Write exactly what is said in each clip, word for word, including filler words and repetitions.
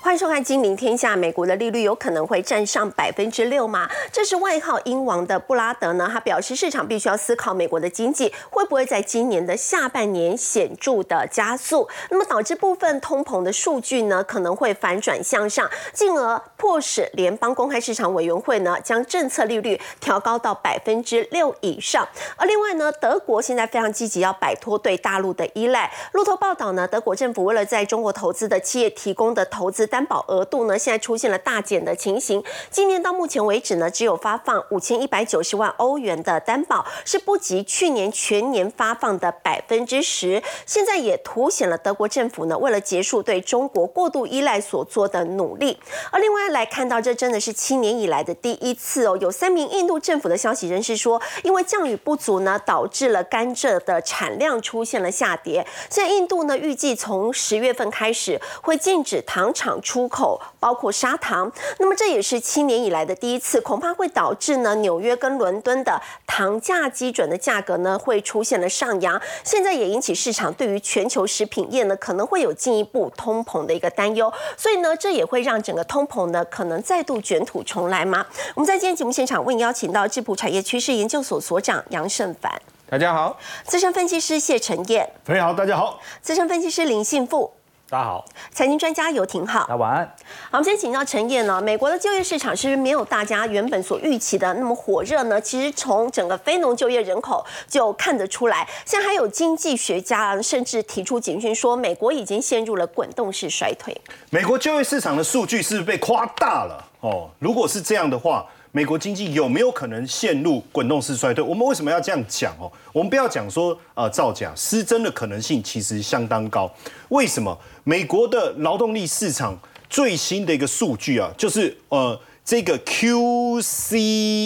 欢迎收看《金陵天下》。美国的利率有可能会站上百分之六吗？这是外号英王的布拉德呢，他表示市场必须要思考美国的经济会不会在今年的下半年显著的加速，那么导致部分通膨的数据呢可能会反转向上，进而迫使联邦公开市场委员会呢将政策利率调高到百分之六以上。而另外呢，德国现在非常积极要摆脱对大陆的依赖。路透报道呢，德国政府为了在中国投资的企业提供的投资担保额度呢，现在出现了大减的情形。今年到目前为止呢，只有发放五千一百九十万欧元的担保，是不及去年全年发放的百分之十。现在也凸显了德国政府呢，为了结束对中国过度依赖所做的努力。而另外来看到，这真的是七年以来的第一次哦，有三名印度政府的消息人士说，因为降雨不足呢，导致了甘蔗的产量出现了下跌。现在印度呢，预计从十月份开始会禁止糖厂出口，包括砂糖。那么这也是七年以来的第一次，恐怕会导致呢纽约跟伦敦的糖价基准的价格呢会出现了上扬。现在也引起市场对于全球食品业呢可能会有进一步通膨的一个担忧。所以呢，这也会让整个通膨呢可能再度卷土重来吗？我们在今天节目现场为您邀请到智普产业趋势研究所所长杨胜凡。 大家好， 资深分析师谢承彦， 各位好，大家好， 资深分析师林信富， 大家好， 财经专家游廷浩， 大家晚安。 好，我们先请教承彦呢，美国的就业市场是不是没有大家原本所预期的那么火热呢？其实从整个非农就业人口就看得出来，现在还有经济学家甚至提出警讯说，美国已经陷入了滚动式衰退。 美国就业市场的数据是不是被夸大了哦？如果是这样的话，美国经济有没有可能陷入滚动式衰退？我们为什么要这样讲哦？我们不要讲说呃造假，失真的可能性其实相当高。为什么？美国的劳动力市场最新的一个数据啊，就是呃这个 Q C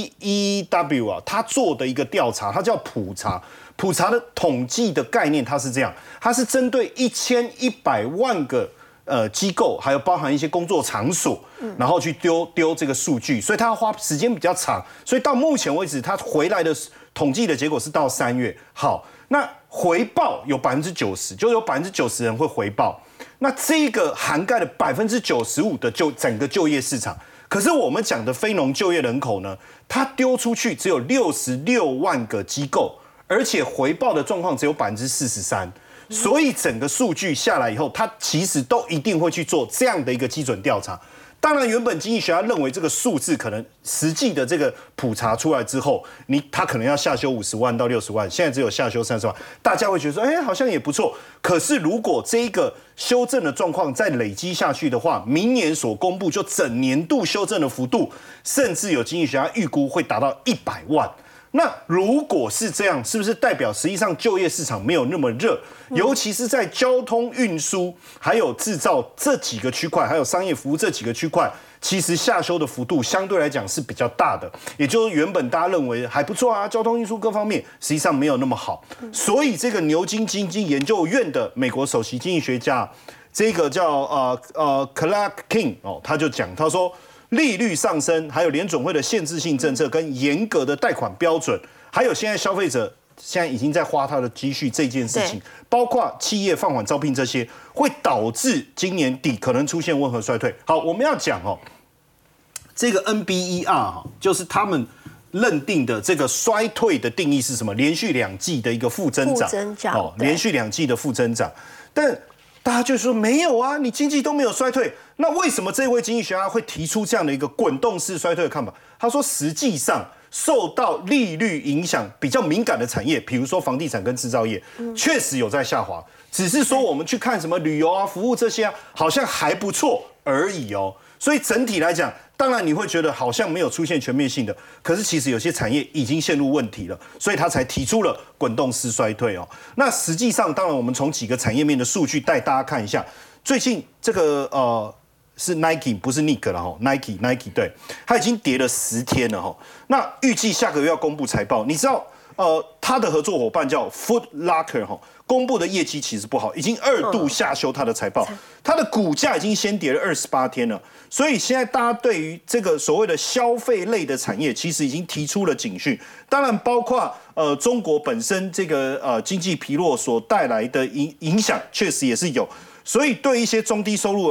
E W 啊，他做的一个调查，它叫普查。普查的统计的概念，它是这样，它是针对一千一百万个。呃，机构还有包含一些工作场所，然后去丢丢这个数据，所以他要花时间比较长。所以到目前为止，他回来的统计的结果是到三月。好，那回报有百分之九十，就有百分之九十人会回报。那这个涵盖了百分之九十五的就整个就业市场。可是我们讲的非农就业人口呢，它丢出去只有六十六万个机构，而且回报的状况只有百分之四十三。所以整个数据下来以后，他其实都一定会去做这样的一个基准调查。当然，原本经济学家认为这个数字可能实际的这个普查出来之后，你他可能要下修五十万到六十万，现在只有下修三十万，大家会觉得说，哎，好像也不错。可是如果这个修正的状况再累积下去的话，明年所公布就整年度修正的幅度，甚至有经济学家预估会达到一百万。那如果是这样，是不是代表实际上就业市场没有那么热？尤其是在交通运输、还有制造这几个区块，还有商业服务这几个区块，其实下修的幅度相对来讲是比较大的。也就是原本大家认为还不错啊，交通运输各方面实际上没有那么好。所以这个牛津经济研究院的美国首席经济学家，这个叫呃呃 Clark King 哦，他就讲，他说。利率上升，还有联准会的限制性政策跟严格的贷款标准，还有现在消费者现在已经在花他的积蓄这件事情，包括企业放缓招聘这些，会导致今年底可能出现温和衰退。好，我们要讲哦，这个 N B E R 哈，就是他们认定的这个衰退的定义是什么？连续两季的一个负增长， 负增长哦，连续两季的负增长，但。大家就说没有啊，你经济都没有衰退，那为什么这位经济学家会提出这样的一个滚动式衰退的看法？他说，实际上受到利率影响比较敏感的产业，比如说房地产跟制造业，确实有在下滑，只是说我们去看什么旅游啊、服务这些啊，好像还不错而已哦。所以整体来讲，当然你会觉得好像没有出现全面性的，可是其实有些产业已经陷入问题了，所以他才提出了滚动式衰退哦。那实际上，当然我们从几个产业面的数据带大家看一下，最近这个呃是 Nike 不是 Nick 了哈 ，Nike Nike 对，它已经跌了十天了哈。那预计下个月要公布财报，你知道呃它的合作伙伴叫 Foot Locker 哈。公布的业绩其实不好，已经二度下修它的财报，它的股价已经先跌了二十八天了。所以现在大家对于这个所谓的消费类的产业，其实已经提出了警讯。当然，包括呃中国本身这个呃经济疲弱所带来的影影响，确实也是有。所以对一些中低收入而已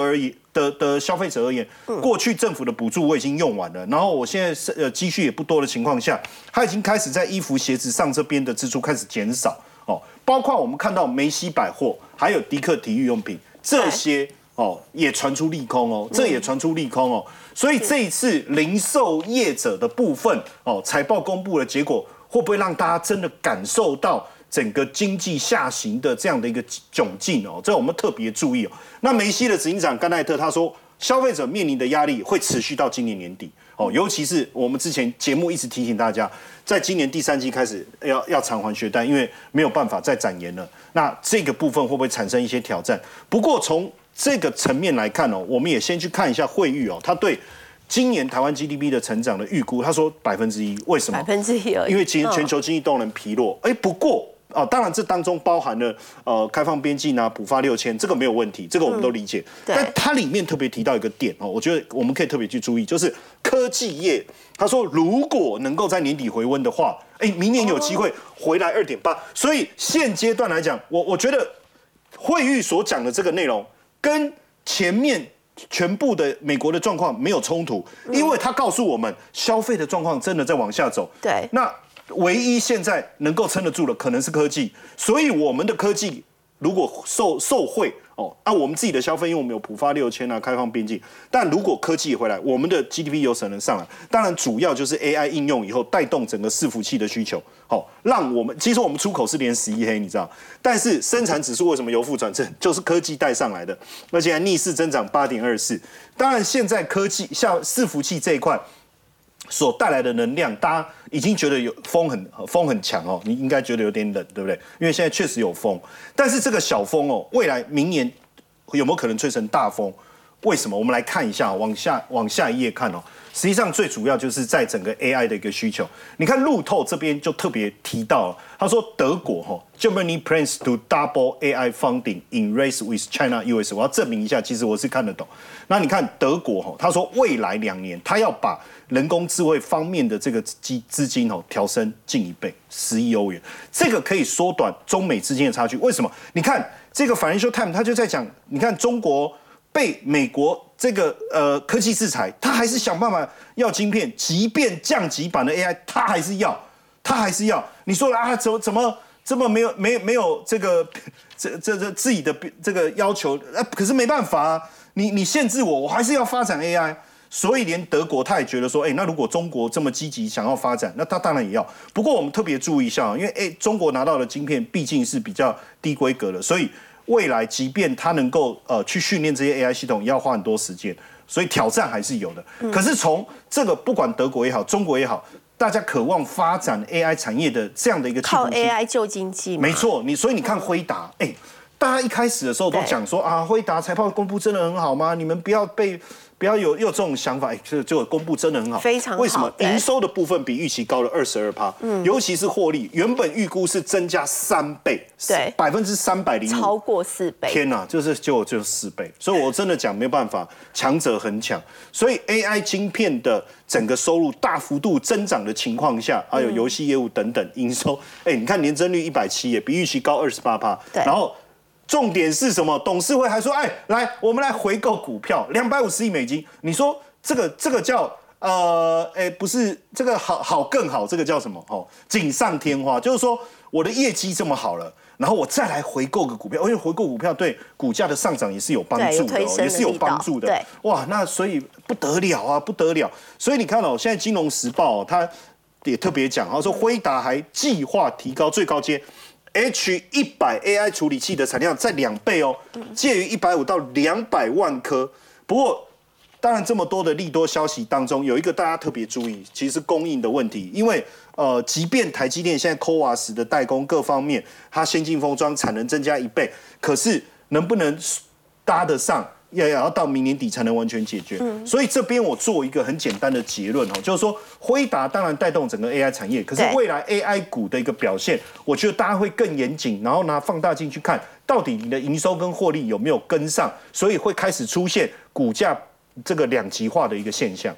的的消费者而言，过去政府的补助我已经用完了，然后我现在是呃积蓄也不多的情况下，他已经开始在衣服、鞋子上这边的支出开始减少哦，包括我们看到梅西百货，还有迪克体育用品这些哦，也传出利空哦，这也传出利空哦，所以这一次零售业者的部分哦，财报公布的结果，会不会让大家真的感受到整个经济下行的这样的一个窘境哦，这我们特别注意哦。那梅西的执行长甘奈特他说，消费者面临的压力会持续到今年年底哦，尤其是我们之前节目一直提醒大家，在今年第三季开始要要偿还学贷，因为没有办法再展延了。那这个部分会不会产生一些挑战？不过从这个层面来看哦，我们也先去看一下惠誉哦，他对今年台湾 G D P 的成长的预估，他说百分之一，为什么？ 百分之一而已。 因为其实全球经济动能疲弱，哎、嗯，不过。哦，当然，这当中包含了呃开放边境啊，补发六千，这个没有问题，这个我们都理解。嗯、但它里面特别提到一个点哦，我觉得我们可以特别去注意，就是科技业。他说，如果能够在年底回温的话，哎，明年有机会回来二点八。所以现阶段来讲，我我觉得惠誉所讲的这个内容跟前面全部的美国的状况没有冲突，因为他告诉我们消费的状况真的在往下走。 对， 那。唯一现在能够撑得住的可能是科技，所以我们的科技如果受受惠哦，按、啊、我们自己的消费，因为我们有普发六千啊，开放边境，但如果科技回来，我们的 G D P 有可能上来。当然，主要就是 A I 应用以后带动整个伺服器的需求，好、哦，让我们其实我们出口是连十一黑，你知道，但是生产指数为什么由负转正，就是科技带上来的，而且还逆势增长八点二四。当然，现在科技像伺服器这一块。所带来的能量，大家已经觉得有风很风很强哦，你应该觉得有点冷，对不对？因为现在确实有风，但是这个小风哦，未来明年有没有可能吹成大风？为什么？我们来看一下，往下往下一页看哦。实际上最主要就是在整个 A I 的一个需求。你看路透这边就特别提到了，他说德国哈 Germany plans to double A I funding in race with China U S。我要证明一下，其实我是看得懂。那你看德国哈，他说未来两年他要把人工智慧方面的这个资资金哦调升近一倍，十亿欧元，这个可以缩短中美之间的差距。为什么？你看这个 Financial Times 他就在讲，你看中国被美国这个呃科技制裁，他还是想办法要晶片，即便降级版的 A I， 他还是要，他还是要。你说啊，怎么怎么这么没有没没有这个这这这自己的这个要求？啊，可是没办法啊，你你限制我，我还是要发展 A I。所以连德国他也觉得说，哎、欸，那如果中国这么积极想要发展，那他当然也要。不过我们特别注意一下，因为哎、欸，中国拿到的晶片毕竟是比较低规格的，所以未来即便他能够呃去训练这些 A I 系统，也要花很多时间，所以挑战还是有的。嗯、可是从这个不管德国也好，中国也好，大家渴望发展 A I 产业的这样的一个靠 A I 救经济， 没错。你所以你看辉达，哎、欸，大家一开始的时候都讲说啊，辉达财报公布真的很好吗？你们不要被。不要有有这种想法，哎，这这个公布真的很好， 非常好。 为什么营收的部分比预期高了二十二趴？嗯，尤其是获利，原本预估是增加三倍， 对， 百分之三百零五， 超过四倍。 天哪，就是就就四倍，所以我真的讲没有办法，强者恒强。所以 A I 晶片的整个收入大幅度增长的情况下，还有游戏业务等等营收，哎，你看年增率一百七，也比预期高二十八趴，然后。重点是什么？董事会还说：“哎，来，我们来回购股票，两百五十亿美金。”你说这个这个叫呃，哎，不是这个好好更好，这个叫什么？哦，锦上添花，就是说我的业绩这么好了，然后我再来回购个股票，因为回购股票对股价的上涨也是有帮助的、哦，也是有帮助的。 对， 哇，那所以不得了啊，不得了。所以你看哦，现在《金融时报、哦》它也特别讲，他说辉达还计划提高最高阶。H 一百 A I 处理器的产量在两倍哦，介于一百五到两百万颗。不过，当然这么多的利多消息当中，有一个大家特别注意，其实是供应的问题。因为呃，即便台积电现在 C O A S 的代工各方面，它先进封装产能增加一倍，可是能不能搭得上？也要到明年底才能完全解决，嗯、所以这边我做一个很简单的结论哦，就是说辉达当然带动整个 A I 产业，可是未来 A I 股的一个表现，我觉得大家会更严谨，然后拿放大镜去看，到底你的营收跟获利有没有跟上，所以会开始出现股价这个两极化的一个现象。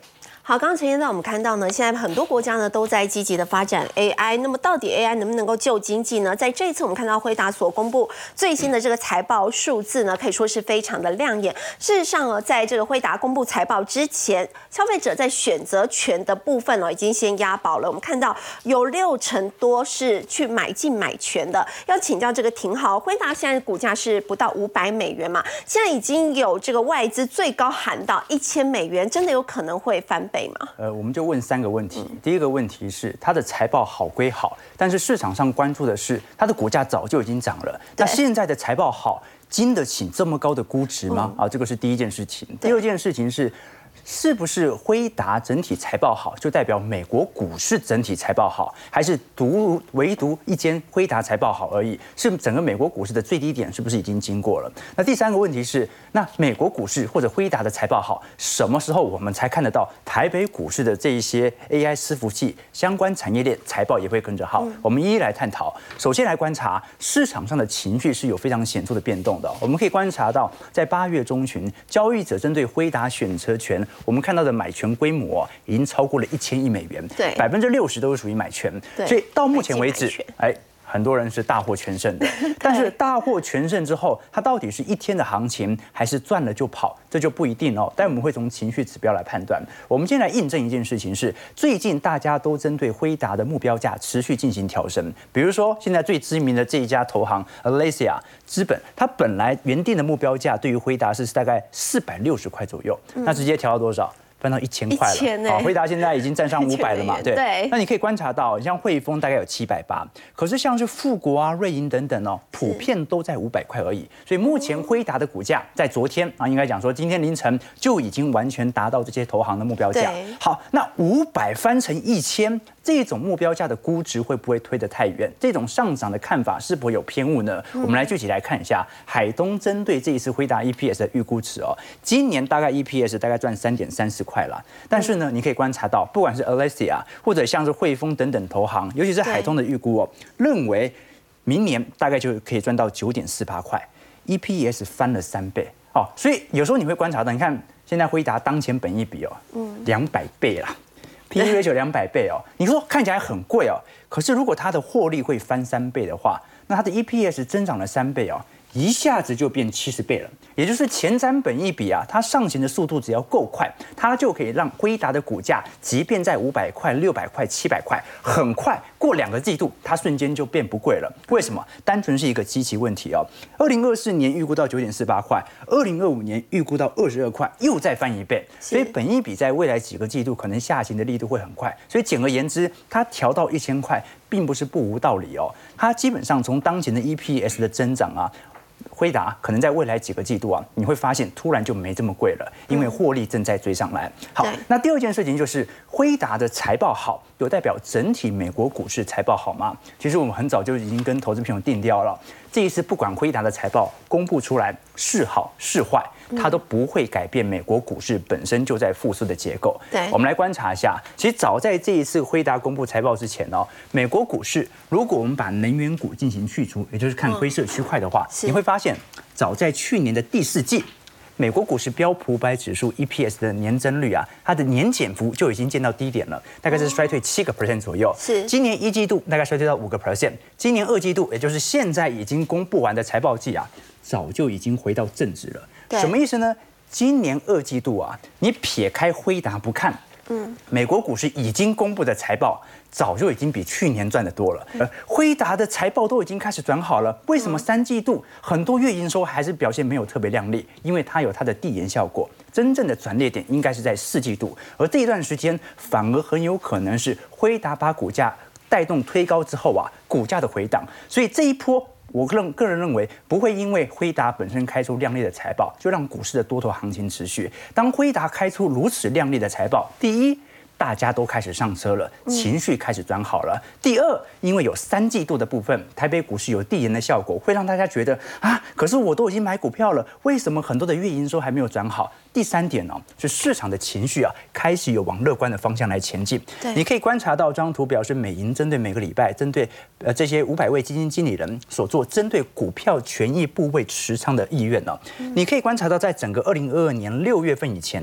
好，刚刚陈先生我们看到呢，现在很多国家呢都在积极的发展 A I。那么到底 A I 能不能够救经济呢？在这一次我们看到辉达所公布最新的这个财报数字呢，可以说是非常的亮眼。事实上呢，在这个辉达公布财报之前，消费者在选择权的部分哦，已经先押宝了。我们看到有六成多是去买进买权的。要请教这个廷豪，辉达现在股价是不到五百美元嘛，现在已经有这个外资最高喊到一千美元，真的有可能会翻倍吗？ 呃，我们就问三个问题。第一个问题是它的财报好归好，但是市场上关注的是它的股价早就已经涨了，那现在的财报好，经得起这么高的估值吗？啊，这个是第一件事情。第二件事情是，是不是辉达整体财报好，就代表美国股市整体财报好，还是独唯独一间辉达财报好而已？是整个美国股市的最低点是不是已经经过了？那第三个问题是，那美国股市或者辉达的财报好，什么时候我们才看得到台北股市的这一些 A I 伺服器相关产业链财报也会跟着好？我们一一来探讨。首先来观察市场上的情绪是有非常显著的变动的。我们可以观察到，在八月中旬，交易者针对辉达选择权，我们看到的买权规模已经超过了一千亿美元， 对， 百分之六十都是属于买权，所以到目前为止，哎。很多人是大获全胜的，但是大获全胜之后，它到底是一天的行情，还是赚了就跑，这就不一定哦。但我们会从情绪指标来判断。我们先来印证一件事情是，最近大家都针对辉达的目标价持续进行调升。比如说，现在最知名的这一家投行 Alasia 资本，它本来原定的目标价对于辉达是大概四百六十块左右，那直接调到多少？翻到一千块了，好，辉达现在已经站上五百了嘛，对。对。那你可以观察到，像汇丰大概有七百八，可是像是富国啊、瑞银等等哦，普遍都在五百块而已。所以目前辉达的股价在昨天啊，应该讲说今天凌晨就已经完全达到这些投行的目标价。好，那五百翻成一千，这种目标价的估值会不会推得太远？这种上涨的看法是否有偏误呢？嗯、我们来具体来看一下，海东针对这一次辉达 E P S 的预估值哦，今年大概 E P S 大概赚三点三四块。快了，但是呢，你可以观察到，不管是 Alasia 或者像是汇丰等等投行，尤其是海通的预估哦，认为明年大概就可以赚到九点四八块 ，E P S 翻了三倍哦。所以有时候你会观察到，你看现在辉达当前本益比哦，嗯，两百倍啦 ，P E ratio 两百倍哦，你说看起来很贵哦，可是如果它的获利会翻三倍的话，那它的 E P S 增长了三倍哦。一下子就变七十倍了，也就是前瞻本益比啊，它上行的速度只要够快，它就可以让辉达的股价，即便在五百块、六百块、七百块，很快过两个季度，它瞬间就变不贵了。为什么？单纯是一个基期问题哦。二零二四年预估到九点四八块，二零二五年预估到二十二块，又再翻一倍，所以本益比在未来几个季度可能下行的力度会很快。所以简而言之，它调到一千块，并不是不无道理哦。它基本上从当前的 E P S 的增长啊。辉达可能在未来几个季度啊，你会发现突然就没这么贵了，因为获利正在追上来。好，那第二件事情就是辉达的财报好，有代表整体美国股市财报好吗？其实我们很早就已经跟投资朋友定调了，这一次不管辉达的财报公布出来是好是坏，它都不会改变美国股市本身就在复苏的结构。对，我们来观察一下，其实早在这一次辉达公布财报之前哦，美国股市如果我们把能源股进行去除，也就是看灰色区块的话，你会发现。早在去年的第四季，美国股市标普五百指数 E P S 的年增率啊，它的年减幅就已经见到低点了，大概是衰退七个 percent 左右。是，今年一季度大概衰退到五个 percent， 今年二季度，也就是现在已经公布完的财报季啊，早就已经回到正值了。什么意思呢？今年二季度啊，你撇开辉达不看。嗯，美国股市已经公布的财报早就已经比去年赚得多了。呃，辉达的财报都已经开始转好了，为什么三季度很多月营收还是表现没有特别亮丽？因为它有它的递延效果。真正的转捩点应该是在四季度，而这一段时间反而很有可能是辉达把股价带动推高之后啊，股价的回档。所以这一波。我个人个人认为，不会因为辉达本身开出亮丽的财报，就让股市的多头行情持续。当辉达开出如此亮丽的财报，第一，大家都开始上车了，情绪开始转好了。第二，因为有三季度的部分，台北股市有递延的效果，会让大家觉得啊，可是我都已经买股票了，为什么很多的月营收还没有转好？第三点呢、哦，是市场的情绪啊，开始有往乐观的方向来前进。你可以观察到这张图表是美银针对每个礼拜针对呃这些五百位基金经理人所做针对股票权益部位持仓的意愿呢、哦。你可以观察到，在整个二零二二年六月份以前呢、啊。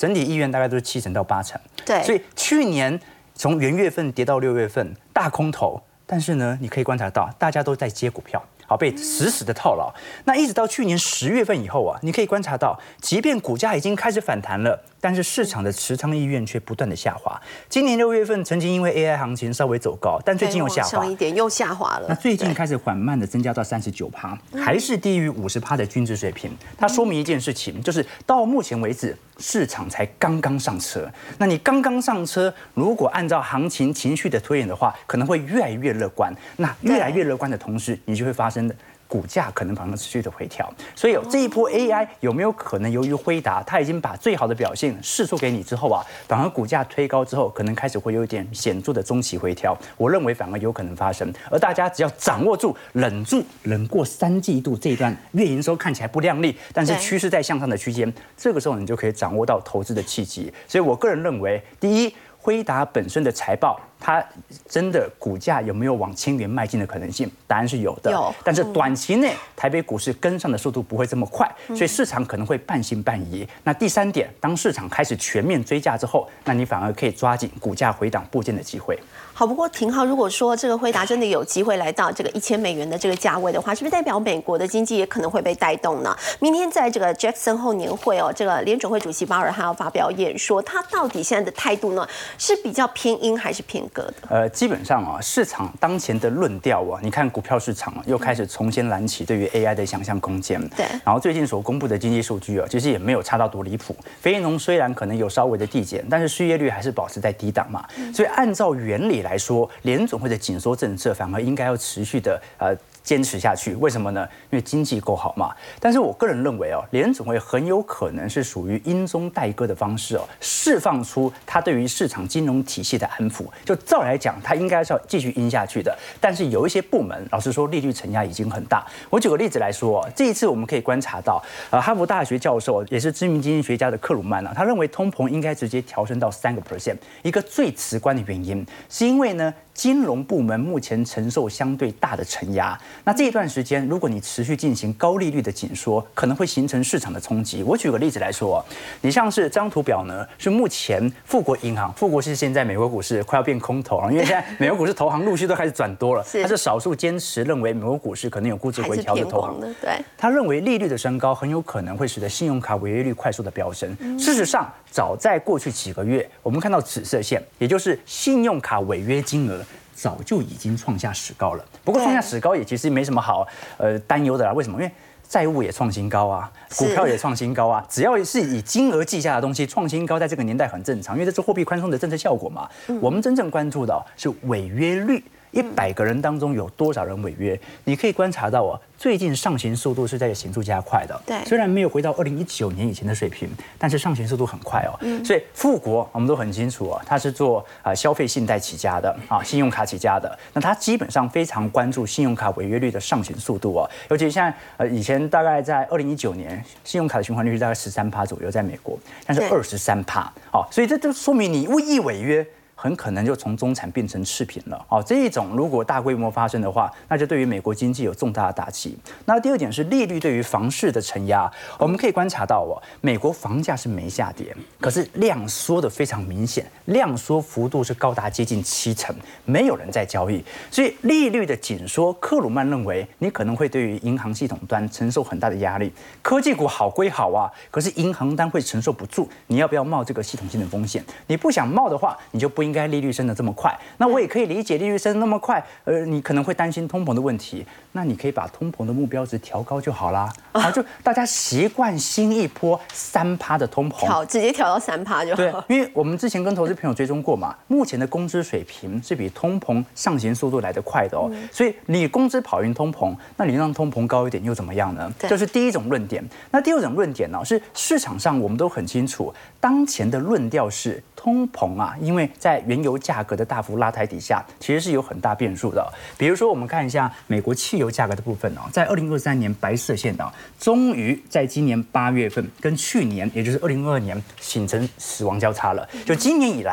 整体意愿大概都是七成到八成。 对， 所以去年从元月份跌到六月份，大空头，但是呢，你可以观察到大家都在接股票。好，被死死的套牢。那一直到去年十月份以后啊，你可以观察到，即便股价已经开始反弹了，但是市场的持仓意愿却不断的下滑。今年六月份曾经因为 A I 行情稍微走高，但最近又下滑一点，又下滑了。 那最近开始缓慢的增加到三十九趴，还是低于五十趴的均值水平。它说明一件事情，就是到目前为止，市场才刚刚上车。那你刚刚上车，如果按照行情情绪的推演的话，可能会越来越乐观。那越来越乐观的同时，你就会发生股价可能反而持续的回调，所以有这一波 A I 有没有可能由于辉达它已经把最好的表现释出给你之后啊，反而股价推高之后，可能开始会有一点显著的中期回调？我认为反而有可能发生，而大家只要掌握住、忍住、忍过三季度这一段月营收看起来不亮丽，但是趋势在向上的区间，这个时候你就可以掌握到投资的契机。所以我个人认为，第一，辉达本身的财报，它真的股价有没有往千元迈进的可能性？答案是有的。有，但是短期内台北股市跟上的速度不会这么快，所以市场可能会半信半疑。那第三点，当市场开始全面追价之后，那你反而可以抓紧股价回档部件的机会。 好，不过廷浩，如果说这个辉达真的有机会来到这个一千美元的这个价位的话，是不是代表美国的经济也可能会被带动呢？明天在这个 Jackson 后年会哦，这个联准会主席鲍尔还要发表演说，他到底现在的态度呢，是比较偏鹰还是偏鸽的？ 呃，基本上啊，市场当前的论调啊，你看股票市场啊，又开始重新燃起对于 A I 的想象空间。 对。 然后最近所公布的经济数据啊，其实也没有差到多离谱。非农虽然可能有稍微的递减，但是失业率还是保持在低档嘛。所以按照原理来说，联总会的紧缩政策反而应该要持续的呃。坚持下去，为什么呢？因为经济够好嘛。但是我个人认为哦，联总会很有可能是属于阴中带鸽的方式哦，释放出它对于市场金融体系的安抚。就照来讲，它应该是要继续阴下去的。但是有一些部门，老实说，利率承压已经很大。我举个例子来说，这一次我们可以观察到，呃，哈佛大学教授也是知名经济学家的克鲁曼啊，他认为通膨应该直接调升到三个 percent。一个最直观的原因，是因为呢，金融部门目前承受相对大的承压。那这一段时间，如果你持续进行高利率的紧缩，可能会形成市场的冲击。我举个例子来说，你像是这张图表呢，是目前富国银行，富国是现在美国股市快要变空头了，因为现在美国股市投行陆续都开始转多了，它是少数坚持认为美国股市可能有估值回调的投行。 对， 他认为利率的升高很有可能会使得信用卡违约率快速的飙升。嗯、事实上，早在过去几个月，我们看到紫色线，也就是信用卡违约金额。早就已经创下史高了，不过创下史高也其实没什么好呃担忧的啦。为什么？因为债务也创新高啊，股票也创新高啊。只要是以金额计价的东西创新高，在这个年代很正常，因为这是货币宽松的政策效果嘛。嗯、我们真正关注到是违约率。一百个人当中有多少人违约？你可以观察到哦，最近上行速度是在显著加快的。 对， 虽然没有回到二零一九年以前的水平，但是上行速度很快哦。嗯、所以富国我们都很清楚啊，它是做啊消费信贷起家的啊，信用卡起家的。那它基本上非常关注信用卡违约率的上行速度哦。尤其现在呃，以前大概在二零一九年，信用卡的循环率是大概十三趴左右，在美国，但是二十三趴。哦，所以这就说明你一违约。很可能就从中产变成次品了。哦，这一种如果大规模发生的话，那就对于美国经济有重大的打击。那第二点是利率对于房市的承压，我们可以观察到哦，美国房价是没下跌，可是量缩的非常明显，量缩幅度是高达接近七成，没有人在交易。所以利率的紧缩，克鲁曼认为你可能会对于银行系统端承受很大的压力。科技股好归好啊，可是银行端会承受不住。你要不要冒这个系统性的风险？你不想冒的话，你就不应。应该利率升得这么快，那我也可以理解利率升得那么快，呃，你可能会担心通膨的问题，那你可以把通膨的目标值调高就好啦，啊，就大家习惯新一波三趴的通膨， 调直接调到三趴就好。 对，因为我们之前跟投资朋友追踪过嘛，目前的工资水平是比通膨上行速度来得快的哦，嗯、所以你工资跑赢通膨，那你让通膨高一点又怎么样呢？这是第一种论点。那第二种论点呢，是市场上我们都很清楚，当前的论调是通膨啊，因为在原油价格的大幅拉抬底下，其实是有很大变数的。比如说，我们看一下美国汽油价格的部分哦，在二零二三年白色线哦，终于在今年八月份跟去年，也就是二零二二年形成死亡交叉了。就今年以来哦，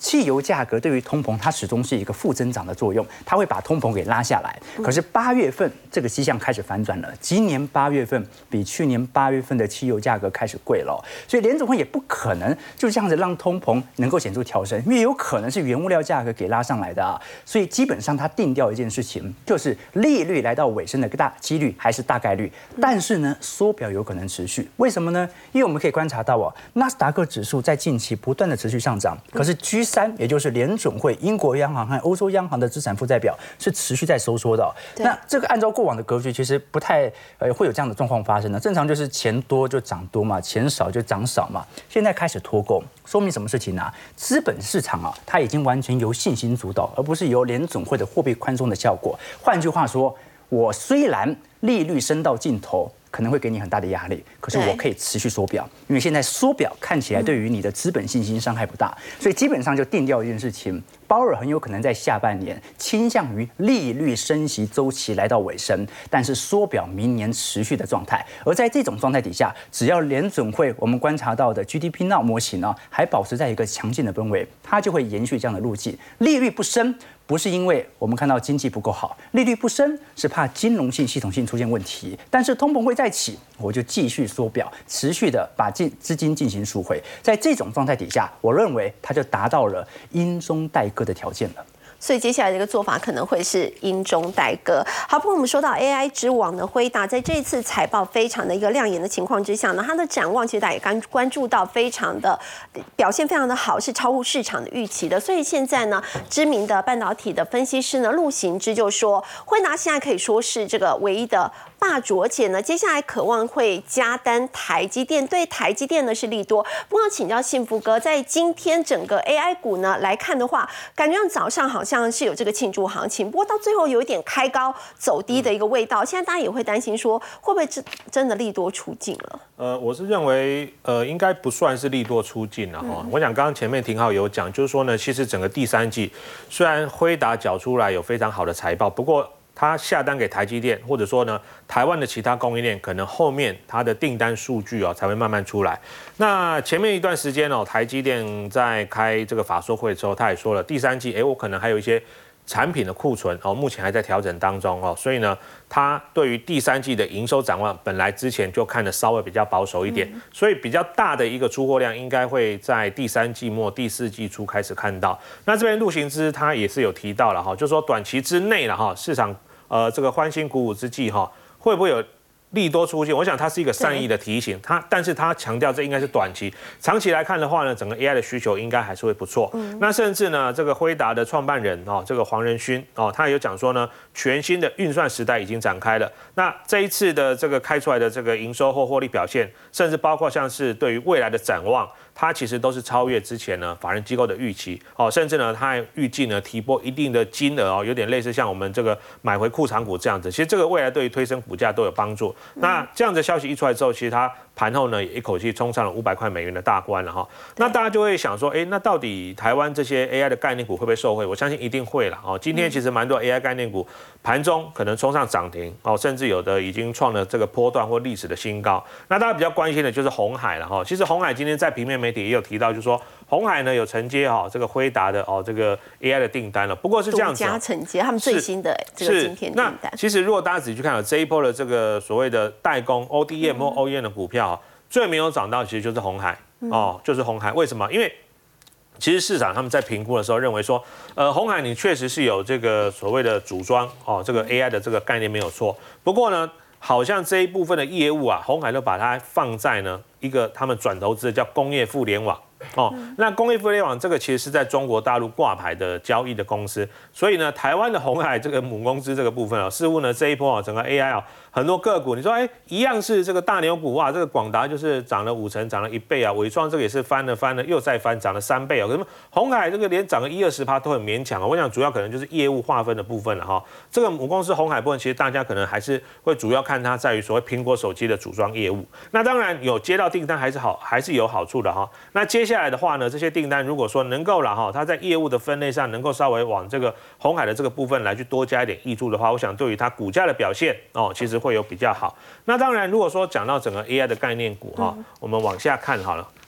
汽油价格对于通膨它始终是一个负增长的作用，它会把通膨给拉下来。可是八月份这个迹象开始反转了，今年八月份比去年八月份的汽油价格开始贵了，所以联总会也不可能就这样子让通膨能够显著调升，因为有可能是原物料价格给拉上来的啊。所以基本上它定调一件事情，就是利率来到尾声的大几率还是大概率，但是呢缩表有可能持续。为什么呢？因为我们可以观察到哦，纳斯达克指数在近期不断的持续上涨，可是 G 三也就是联准会、英国央行和欧洲央行的资产负债表是持续在收缩的、哦。那这个按照过往的格局，其实不太呃会有这样的状况发生的。正常就是钱多就涨多嘛，钱少就涨少嘛。现在开始脱钩，说明什么事情呢、啊？资本市场啊，它已经完全由信心主导，而不是由联总会的货币宽松的效果。换句话说，我虽然利率升到尽头，可能会给你很大的压力，可是我可以持续缩表，因为现在缩表看起来对于你的资本信心伤害不大，所以基本上就定调一件事情，鲍尔很有可能在下半年倾向于利率升息周期来到尾声，但是缩表明年持续的状态。而在这种状态底下，只要联准会我们观察到的 G D P now 模型呢，还保持在一个强劲的氛围，它就会延续这样的路径，利率不升。不是因为我们看到经济不够好，利率不升是怕金融性、系统性出现问题，但是通膨会再起，我就继续缩表，持续的把进资金进行赎回。在这种状态底下，我认为它就达到了阴中带鸽的条件了。 所以接下来这个做法可能会是阴中带鸽。好，不过我们说到 A I 之王的辉达，在这一次财报非常的一个亮眼的情况之下呢，它的展望其实大家也关关注到非常的表现非常的好，是超乎市场的预期的。所以现在呢，知名的半导体的分析师呢陆行之就说，辉达现在可以说是这个唯一的霸主，而且呢，接下来渴望会加单台积电，对台积电呢是利多。不过要请教幸福哥，在今天整个 A I 股呢来看的话，感觉上早上好像是有这个庆祝行情，不过到最后有一点开高走低的一个味道。现在大家也会担心说，会不会真真的利多出尽了？ 呃，我是认为，呃，应该不算是利多出尽了哈。嗯、我想刚刚前面廷浩有讲，就是说呢，其实整个第三季虽然辉达缴出来有非常好的财报，不过他下单给台积电，或者说呢，台湾的其他供应链，可能后面它的订单数据哦才会慢慢出来。那前面一段时间哦，台积电在开这个法说会之后，他也说了，第三季，哎，我可能还有一些产品的库存哦，目前还在调整当中哦，所以呢，他对于第三季的营收展望，本来之前就看得稍微比较保守一点，嗯、所以比较大的一个出货量应该会在第三季末、第四季初开始看到。那这边陆行之他也是有提到了哈，就说短期之内了哈，市场。呃，这个欢欣鼓舞之际哈，会不会有利多出现？我想它是一个善意的提醒，它，但是它强调这应该是短期，长期来看的话呢，整个 A I 的需求应该还是会不错。嗯、那甚至呢，这个辉达的创办人哦，这个黄仁勋哦，他有讲说呢，全新的运算时代已经展开了。那这一次的这个开出来的这个营收或获利表现，甚至包括像是对于未来的展望。它其实都是超越之前呢法人机构的预期哦，甚至呢，它还预计呢提拨一定的金额哦，有点类似像我们这个买回库藏股这样子。其实这个未来对于推升股价都有帮助。嗯、那这样的消息一出来之后，其实它盘后呢也一口气冲上了五百块美元的大关了哈。那大家就会想说，哎，那到底台湾这些 A I 的概念股会不会受惠？我相信一定会了哦。今天其实蛮多 A I 概念股盘中可能冲上涨停哦，甚至有的已经创了这个波段或历史的新高。那大家比较关心的就是鸿海了哈。其实鸿海今天在平面媒体也有提到，就是说鸿海呢有承接哈这个辉达的哦这个 A I 的订单了。不过是这样子， 独家承接他们最新的这个晶片订单。 那其实如果大家仔细去看，这一波的这个所谓的代工 O D M 或 O E M 的股票，最没有涨到其实就是鸿海哦，就是鸿海。为什么？因为其实市场他们在评估的时候认为说，呃，鸿海你确实是有这个所谓的组装哦，这个 A I 的这个概念没有错。不过呢，好像这一部分的业务啊，鸿海都把它放在呢一个他们转投资的叫工业互联网。哦，那工业互联网这个其实是在中国大陆挂牌的交易的公司，所以呢，台湾的鸿海这个母公司这个部分啊，似乎呢这一波啊，整个 A I 啊，很多个股，你说哎，一样是这个大牛股哇，这个广达就是涨了五成，涨了一倍啊，伟创这个也是翻了翻了又再翻，涨了三倍啊，可是鸿海这个连涨个一二十趴都很勉强啊。我想主要可能就是业务划分的部分了哈。这个母公司鸿海部分，其实大家可能还是会主要看它在于所谓苹果手机的组装业务。那当然有接到订单还是好，还是有好处的哈。那接下来的话呢，这些订单如果说能够了哈，它在业务的分类上能够稍微往这个鸿海的这个部分来去多加一点挹注的话，我想对于它股价的表现哦，其实会有比较好。那当然，如果说讲到整个 A I 的概念股哈，我们往下看好了。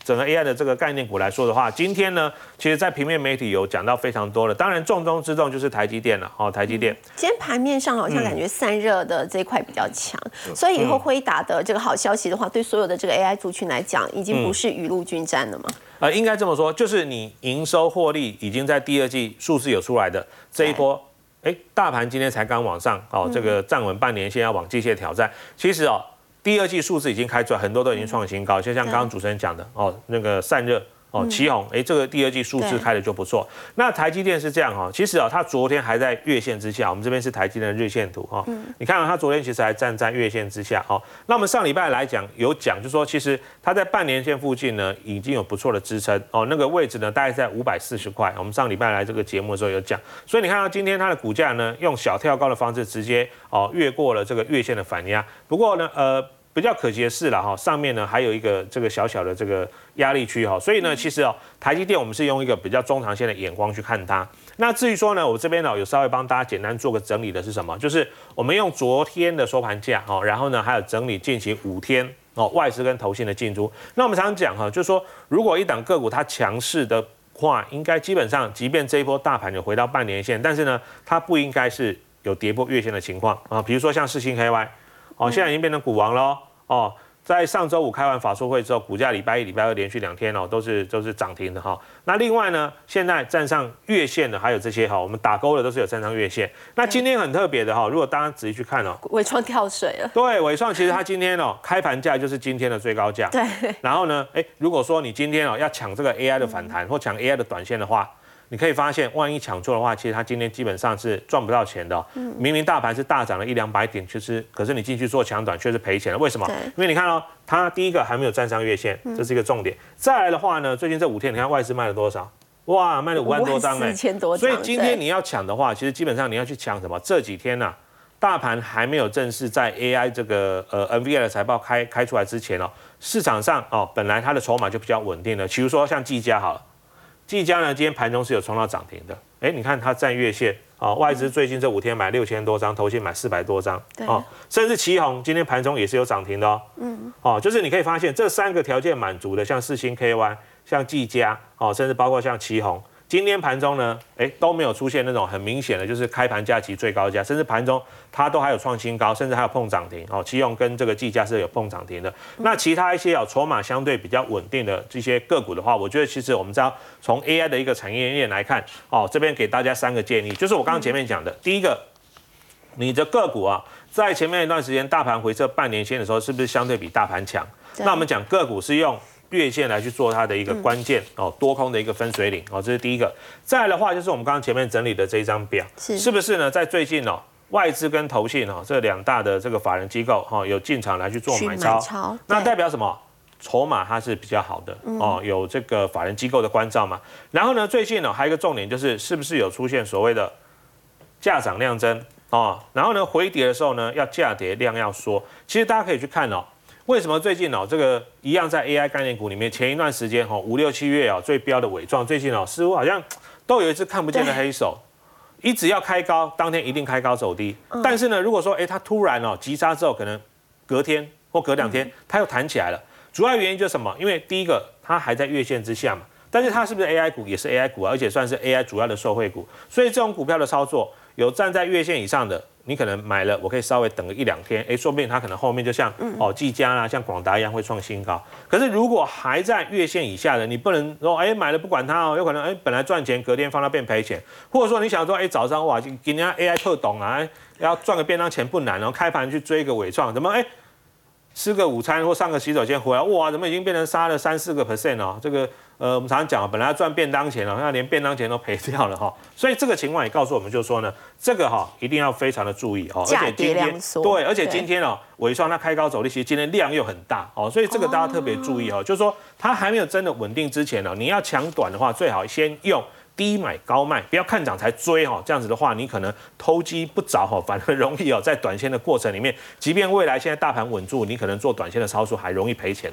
整个 A I 的这个概念股来说的话，今天呢，其实在平面媒体有讲到非常多了。当然重中之重就是台积电了，哦，台积电。 今天盘面上好像感觉散热的这一块比较强，嗯、所以以后辉达的这个好消息的话，对所有的这个 A I 族群来讲，已经不是雨露均沾了吗？嗯、 呃，应该这么说，就是你营收获利已经在第二季数字有出来的这一波。哎，大盘今天才刚往上哦，这个站稳半年线要往季线挑战。其实哦，第二季数字已经开出来，很多都已经创新高，就像刚刚主持人讲的哦，那个散热。哦，奇鋐，哎，这个第二季数字开的就不错。那台积电是这样哈，其实啊，它昨天还在月线之下，我们这边是台积电的日线图哈。嗯、你看到、啊、它昨天其实还站在月线之下哦。那我们上礼拜来讲有讲，就说其实它在半年线附近呢已经有不错的支撑哦，那个位置呢大概在五百四十块。我们上礼拜来这个节目的时候有讲，所以你看到今天它的股价呢用小跳高的方式直接哦越过了这个月线的反压。不过呢，呃。比较可惜的是啦哈，上面呢还有一个这个小小的这个压力区哈，所以呢，其实哦，台积电我们是用一个比较中长线的眼光去看它。那至于说呢，我这边呢有稍微帮大家简单做个整理的是什么？就是我们用昨天的收盘价哦，然后呢还有整理近期五天哦外资跟投信的进出。那我们常常讲哈，就是说如果一档个股它强势的话，应该基本上即便这一波大盘有回到半年线，但是呢它不应该是有跌破月线的情况啊，比如说像世芯 K Y。哦，现在已经变成股王了哦。在上周五开完法说会之后，股价礼拜一、礼拜二连续两天哦，都是都是涨停的哈。那另外呢，现在站上月线的还有这些哈，我们打勾的都是有站上月线。那今天很特别的哈，如果大家仔细去看哦， 伟创跳水了。 对，伟创其实它今天哦开盘价就是今天的最高价。 对。然后呢，哎，如果说你今天哦要抢这个 A I 的反弹、嗯、或抢 A I 的短线的话。你可以发现，万一抢错的话，其实它今天基本上是赚不到钱的、哦。嗯、明明大盘是大涨了一两百点，其实可是你进去做抢短却是赔钱的。为什么？因为你看哦，它第一个还没有站上月线，这是一个重点。嗯、再来的话呢，最近这五天，你看外资卖了多少？哇，卖了五万多张哎， 四千多张。 所以今天你要抢的话，其实基本上你要去抢什么？这几天呐、啊，大盘还没有正式在 A I 这个呃 N V I 的财报开开出来之前哦，市场上哦本来它的筹码就比较稳定了。比如说像技嘉好了。技嘉呢，今天盘中是有冲到涨停的，哎，你看它站月线啊、哦，外资最近这五天买六千多张，投信买四百多张，哦，甚至奇鋐今天盘中也是有涨停的哦，嗯，哦，就是你可以发现这三个条件满足的，像世芯 K Y， 像技嘉，哦，甚至包括像奇鋐。今天盘中呢，哎都没有出现那种很明显的，就是开盘价及最高价，甚至盘中它都还有创新高，甚至还有碰涨停哦。奇鋐跟这个技嘉是有碰涨停的。那其他一些哦筹码相对比较稳定的这些个股的话，我觉得其实我们只要从 A I 的一个产业链来看哦，这边给大家三个建议，就是我刚刚前面讲的，第一个，你的个股啊，在前面一段时间大盘回撤半年线的时候，是不是相对比大盘强？那我们讲个股是用月线来去做它的一个关键哦，多空的一个分水岭哦，这是第一个。再来的话，就是我们刚刚前面整理的这一张表，是是不是呢？在最近哦，外资跟投信哦这两大的这个法人机构哈、哦，有进场来去做买超，买超那代表什么？筹码它是比较好的、嗯、哦，有这个法人机构的关照嘛。然后呢，最近呢还有一个重点就是，是不是有出现所谓的价涨量增哦？然后呢，回跌的时候呢，要价跌量要缩。其实大家可以去看哦。为什么最近哦，这个一样在 A I 概念股里面，前一段时间哦，五六七月哦最标的伟创，最近哦似乎好像都有一只看不见的黑手，一直要开高，当天一定开高走低。嗯、但是呢，如果说哎它突然哦急杀之后，可能隔天或隔两天它又弹起来了，主要原因就是什么？因为第一个它还在月线之下嘛，但是它是不是 A I 股也是 A I 股啊，而且算是 A I 主要的受惠股，所以这种股票的操作有站在月线以上的。你可能买了，我可以稍微等个一两天，哎，说不定它可能后面就像哦技嘉啦、像广达一样会创新高。可是如果还在月线以下的，你不能说哎买了不管它哦，有可能哎本来赚钱，隔天放到变赔钱，或者说你想说哎早上哇给人家 A I 特懂啊，要赚个便当钱不难，然后开盘去追一个伟创，怎么哎吃个午餐或上个洗手间回来，哇怎么已经变成杀了三四个 percent 哦？这个呃我们常常讲，本来要赚便当钱了，那连便当钱都赔掉了哈。所以这个情况也告诉我们，就是说呢，这个哈一定要非常的注意哦。而且今天对，而且今天哦伟创它开高走低，其实今天量又很大哦，所以这个大家特别注意哦，就是说它还没有真的稳定之前呢，你要抢短的话，最好先用。低买高卖，不要看涨才追哈，这样子的话，你可能偷鸡不着哈，反而容易哦，在短线的过程里面，即便未来现在大盘稳住，你可能做短线的操作还容易赔钱哦。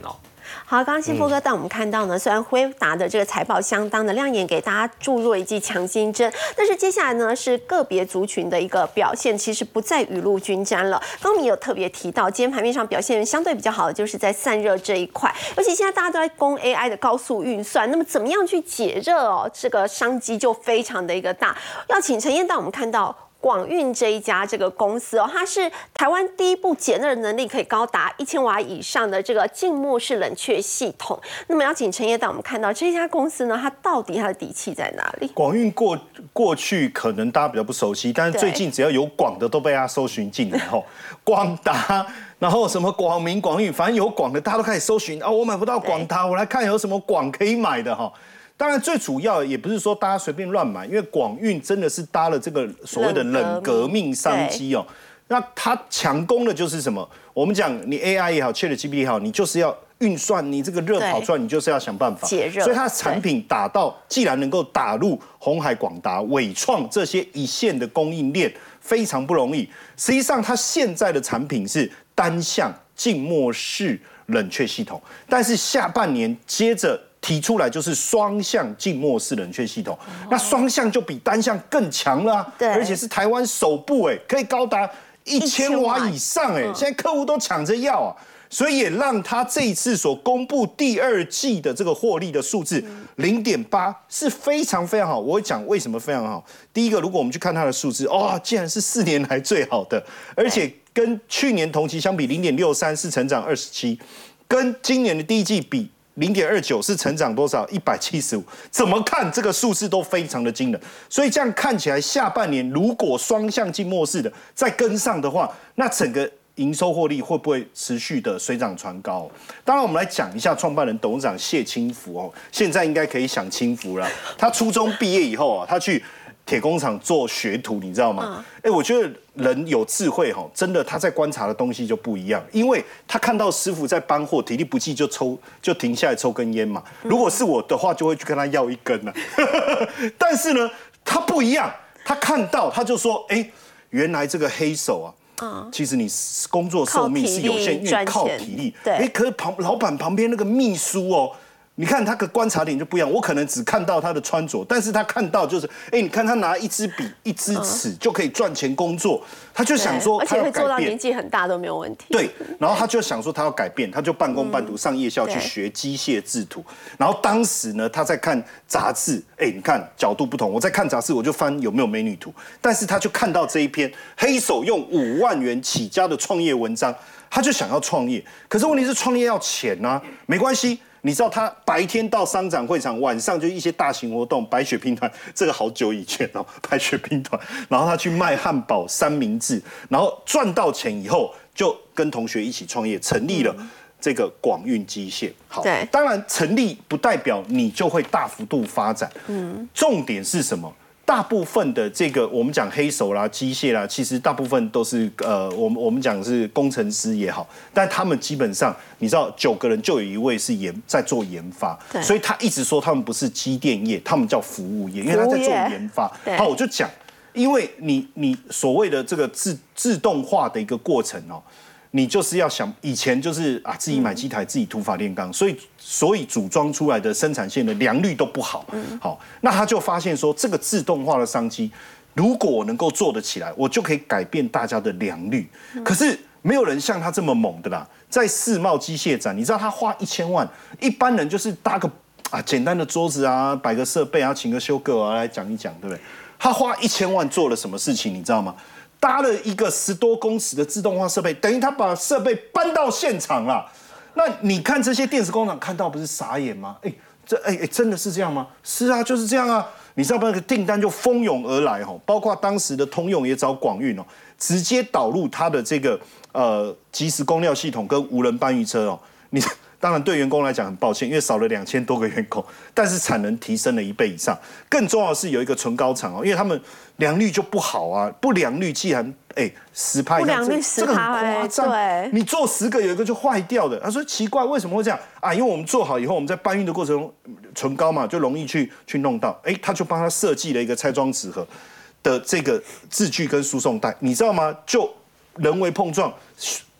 好，刚刚信波哥带我们看到呢，虽然辉达的这个财报相当的亮眼，给大家注入了一剂强心针，但是接下来呢是个别族群的一个表现，其实不再雨露均沾了。刚刚你有特别提到，今天盘面上表现相对比较好的，就是在散热这一块，尤其现在大家都在攻 A I 的高速运算，那么怎么样去解热哦？这个商机就非常的一个大。要请陈燕带我们看到。广运这一家这个公司哦，它是台湾第一部节热能力可以高达一千瓦以上的这个静默式冷却系统。那么要请陈燕带我们看到这家公司呢，它到底它的底气在哪里？ 广运过过去可能大家比较不熟悉，但是最近只要有广的都被它搜寻进来后，广达。然后什么广明、广运，反正有广的，大家都开始搜寻啊，我买不到广达，我来看有什么广可以买的哈。当然，最主要也不是说大家随便乱买，因为广运真的是搭了这个所谓的冷革命商机哦。那它强攻的就是什么？我们讲你 A I 也好 ，ChatGPT 也好，你就是要运算，你这个热跑出来，你就是要想办法解热。 所以它的产品打到，既然能够打入鸿海、广达、伟创这些一线的供应链，非常不容易。实际上，它现在的产品是单向静默式冷却系统，但是下半年接着。提出来就是双向静默式冷却系统，那双向就比单向更强了、啊，而且是台湾首部哎、欸，可以高达一千瓦以上哎、欸，现在客户都抢着要啊，所以也让他这一次所公布第二季的这个获利的数字零点八是非常非常好。我会讲为什么非常好。第一个，如果我们去看它的数字，哦，竟然是四年来最好的，而且跟去年同期相比零点六三是成长二十七，跟今年的第一季比。零点二九是成长多少？一百七十五，怎么看这个数字都非常的惊人。所以这样看起来，下半年如果双向静默式的再跟上的话，那整个营收获利会不会持续的水涨船高、哦？当然，我们来讲一下创办人董事长谢清福哦，现在应该可以享清福了。他初中毕业以后啊，他去铁工厂做学徒，你知道吗？哎、嗯，我觉得人有智慧哈，真的他在观察的东西就不一样，因为他看到师傅在搬货，体力不济就抽就停下来抽根烟嘛。如果是我的话，就会去跟他要一根了、啊。但是呢，他不一样，他看到他就说，哎，原来这个黑手啊。嗯、其实你工作寿命是有限，因为靠体力。哎，可是旁老板旁边那个秘书哦，你看他的观察点就不一样。我可能只看到他的穿着，但是他看到就是，哎，你看他拿一支笔、一支尺就可以赚钱工作，他就想说他要改变， 而且会做到年纪很大都没有问题。 对，然后他就想说他要改变，他就半工半读上夜校去学机械制图。然后当时呢，他在看杂志，哎，你看角度不同，我在看杂志我就翻有没有美女图，但是他就看到这一篇黑手用五万元起家的创业文章，他就想要创业。可是问题是创业要钱啊，没关系。你知道他白天到商展会场，晚上就一些大型活动，白雪拼团，这个好久以前哦，白雪拼团，然后他去卖汉堡、三明治，然后赚到钱以后，就跟同学一起创业，成立了这个广运机械。好，当然成立不代表你就会大幅度发展，嗯，重点是什么？大部分的这个我们讲黑手啦、机械啦，其实大部分都是呃，我们我们讲是工程师也好，但他们基本上你知道，九个人就有一位是研在做研发，所以他一直说他们不是机电业，他们叫服务业，因为他在做研发。好，我就讲，因为你你所谓的这个自自动化的一个过程哦。你就是要想，以前就是啊，自己买机台，自己土法炼钢，所以所以组装出来的生产线的良率都不好。好，那他就发现说，这个自动化的商机，如果我能够做得起来，我就可以改变大家的良率。可是没有人像他这么猛的啦，在世贸机械展，你知道他花一千万，一般人就是搭个啊简单的桌子啊，摆个设备啊，请个修个啊来讲一讲，对不对？他花一千万做了什么事情，你知道吗？搭了一个十多公尺的自动化设备，等于他把设备搬到现场了。那你看这些电子工厂看到不是傻眼吗？哎，这哎哎真的是这样吗？是啊，就是这样啊。你知道那个订单就蜂拥而来哈，包括当时的通用也找广运哦，直接导入它的这个呃即时供料系统跟无人搬运车哦。你当然对员工来讲很抱歉，因为少了两千多个员工，但是产能提升了一倍以上。更重要的是有一个纯高厂哦，因为他们良率就不好啊，不良率既然哎十趴， 不良率十趴， 这个很夸张。对，你做十个有一个就坏掉的。他说奇怪，为什么会这样啊？因为我们做好以后，我们在搬运的过程中纯高嘛，就容易去去弄到。哎，他就帮他设计了一个拆装纸盒的这个字距跟输送带，你知道吗？就人为碰撞。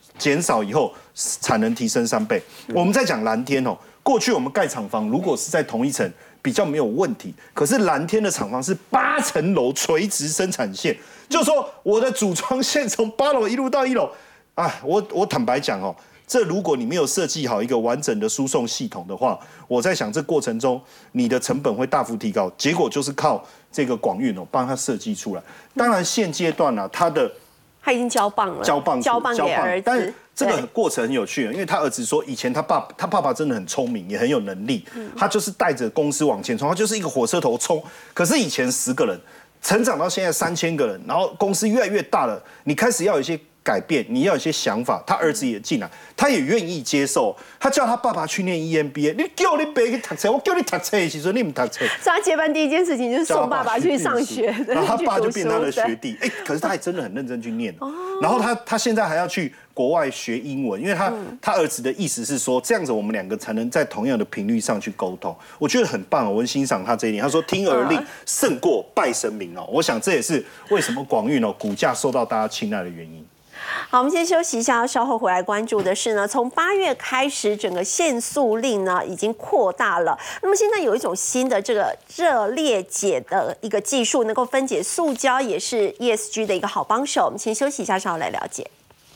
减少以后，产能提升三倍。我们在讲蓝天哦，过去我们盖厂房如果是在同一层，比较没有问题。可是蓝天的厂房是八层楼垂直生产线，就说我的组装线从八楼一路到一楼，啊，我我坦白讲哦。这如果你没有设计好一个完整的输送系统的话，我在想这过程中你的成本会大幅提高，结果就是靠这个广运哦帮他设计出来。当然现阶段呢、啊，他的他已经交棒了， 交棒交棒给儿子， 但是这个过程很有趣，因为他儿子说以前他爸他爸爸真的很聪明，也很有能力，他就是带着公司往前冲，他就是一个火车头冲。可是以前十个人成长到现在三千个人，然后公司越来越大了，你开始要有一些改变，你要有一些想法。他儿子也进来，他也愿意接受。他叫他爸爸去念 E M B A， 你叫你爸去读册，我叫你读册的时候你不读册。 所以他接班第一件事情就是送爸爸去上学， 然后他爸就变他的学弟。哎，可是他还真的很认真去念。然后他他现在还要去国外学英文，因为他、嗯、他儿子的意思是说，这样子我们两个才能在同样的频率上去沟通。我觉得很棒，我很欣赏他这一点。他说听儿令胜过拜神明哦，我想这也是为什么广运哦股价受到大家青睐的原因。 好，我们先休息一下，稍后回来关注的是呢，从八月开始，整个限塑令呢已经扩大了。那么现在有一种新的这个热裂解的一个技术，能够分解塑胶，也是 E S G 的一个好帮手。我们先休息一下，稍后来了解。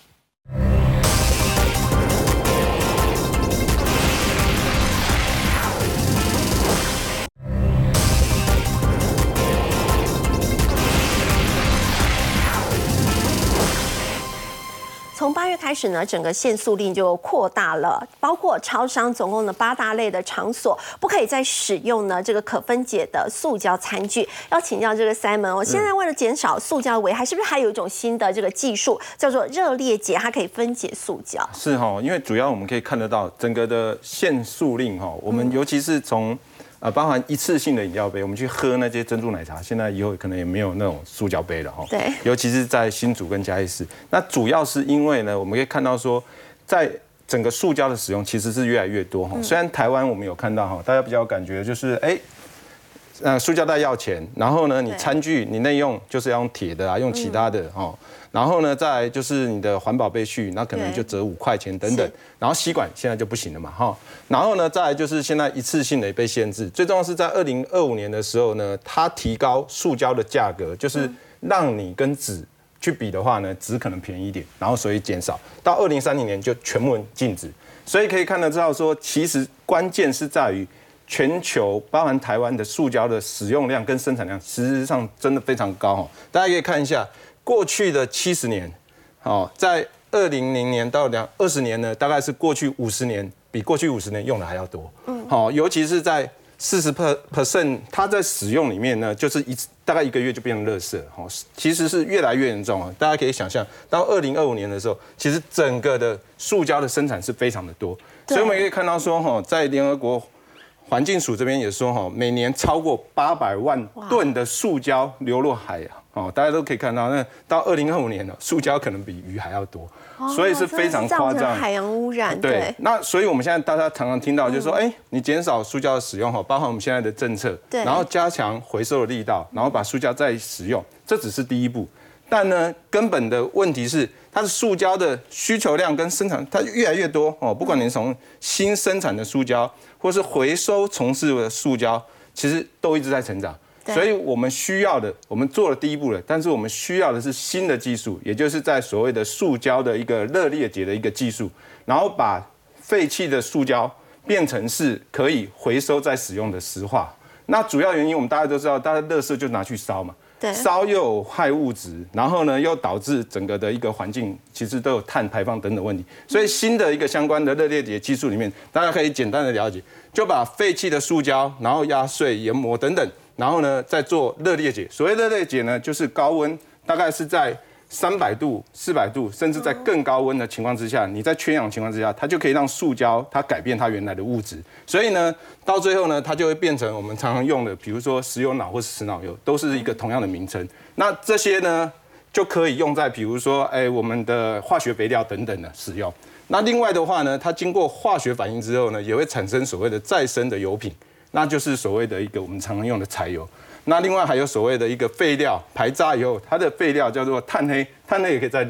从八月开始呢，整个限塑令就扩大了，包括超商总共的八大类的场所不可以再使用呢这个可分解的塑胶餐具。要请教这个 Simon， 我现在为了减少塑胶危害，是不是还有一种新的这个技术叫做热裂解，它可以分解塑胶？ 是哈，因为主要我们可以看得到整个的限塑令哈，我们尤其是从呃，包含一次性的饮料杯，我们去喝那些珍珠奶茶，现在以后可能也没有那种塑胶杯了哈。 对。 尤其是在新竹跟嘉义市，那主要是因为呢，我们可以看到说，在整个塑胶的使用其实是越来越多哈。虽然台湾我们有看到哈，大家比较有感觉就是哎。呃，塑胶袋要钱，然后呢，你餐具你内用就是要用铁的啊，用其他的哦。然后呢，再来就是你的环保杯具，那可能就折五块钱等等。然后吸管现在就不行了嘛，哈。然后呢，再来就是现在一次性的被限制，最重要是在二零二五年的时候呢，它提高塑胶的价格，就是让你跟纸去比的话呢，纸可能便宜一点，然后所以减少到二零三零年就全部禁止。所以可以看得到说，其实关键是在于。全球包含台湾的塑胶的使用量跟生产量，实际上真的非常高哦。大家可以看一下过去的七十年，哦，在二零零年到两二十年呢，大概是过去五十年比过去五十年用的还要多。嗯，好，尤其是在四十 percent， 它在使用里面呢，就是一大概一个月就变成垃圾，哦，其实是越来越严重啊。大家可以想象，到二零二五年的时候，其实整个的塑胶的生产是非常的多，所以我们可以看到说，哈，在联合国。环境署这边也说，哈，每年超过八百万吨的塑胶流入海洋，哦，大家都可以看到，那到二零二五年了，塑胶可能比鱼还要多，所以是非常夸张。 海洋污染， 对。那所以我们现在大家常常听到，就是说，哎，你减少塑胶的使用，哈，包含我们现在的政策，然后加强回收的力道，然后把塑胶再使用，这只是第一步。但呢，根本的问题是，它的塑胶的需求量跟生产它越来越多哦。不管你从新生产的塑胶，或是回收从事的塑胶，其实都一直在成长。所以我们需要的，我们做了第一步了，但是我们需要的是新的技术，也就是在所谓的塑胶的一个热裂解的一个技术，然后把废弃的塑胶变成是可以回收再使用的石化。那主要原因我们大家都知道，大家垃圾就拿去烧嘛。烧又有害物质，然后呢又导致整个的一个环境其实都有碳排放等等问题，所以新的一个相关的热裂解技术里面，大家可以简单的了解，就把废弃的塑胶，然后压碎、研磨等等，然后呢再做热裂解。所谓热裂解呢，就是高温，大概是在三百度、四百度，甚至在更高温的情况之下，你在缺氧情况之下，它就可以让塑胶它改变它原来的物质。所以呢，到最后呢，它就会变成我们常常用的，比如说石油脑或是石脑油，都是一个同样的名称。那这些呢，就可以用在比如说，哎，我们的化学肥料等等的使用。那另外的话呢，它经过化学反应之后呢，也会产生所谓的再生的油品，那就是所谓的一个我们常常用的柴油。那另外还有所谓的一个废料排渣以后，它的废料叫做碳黑，碳黑也可以再利用。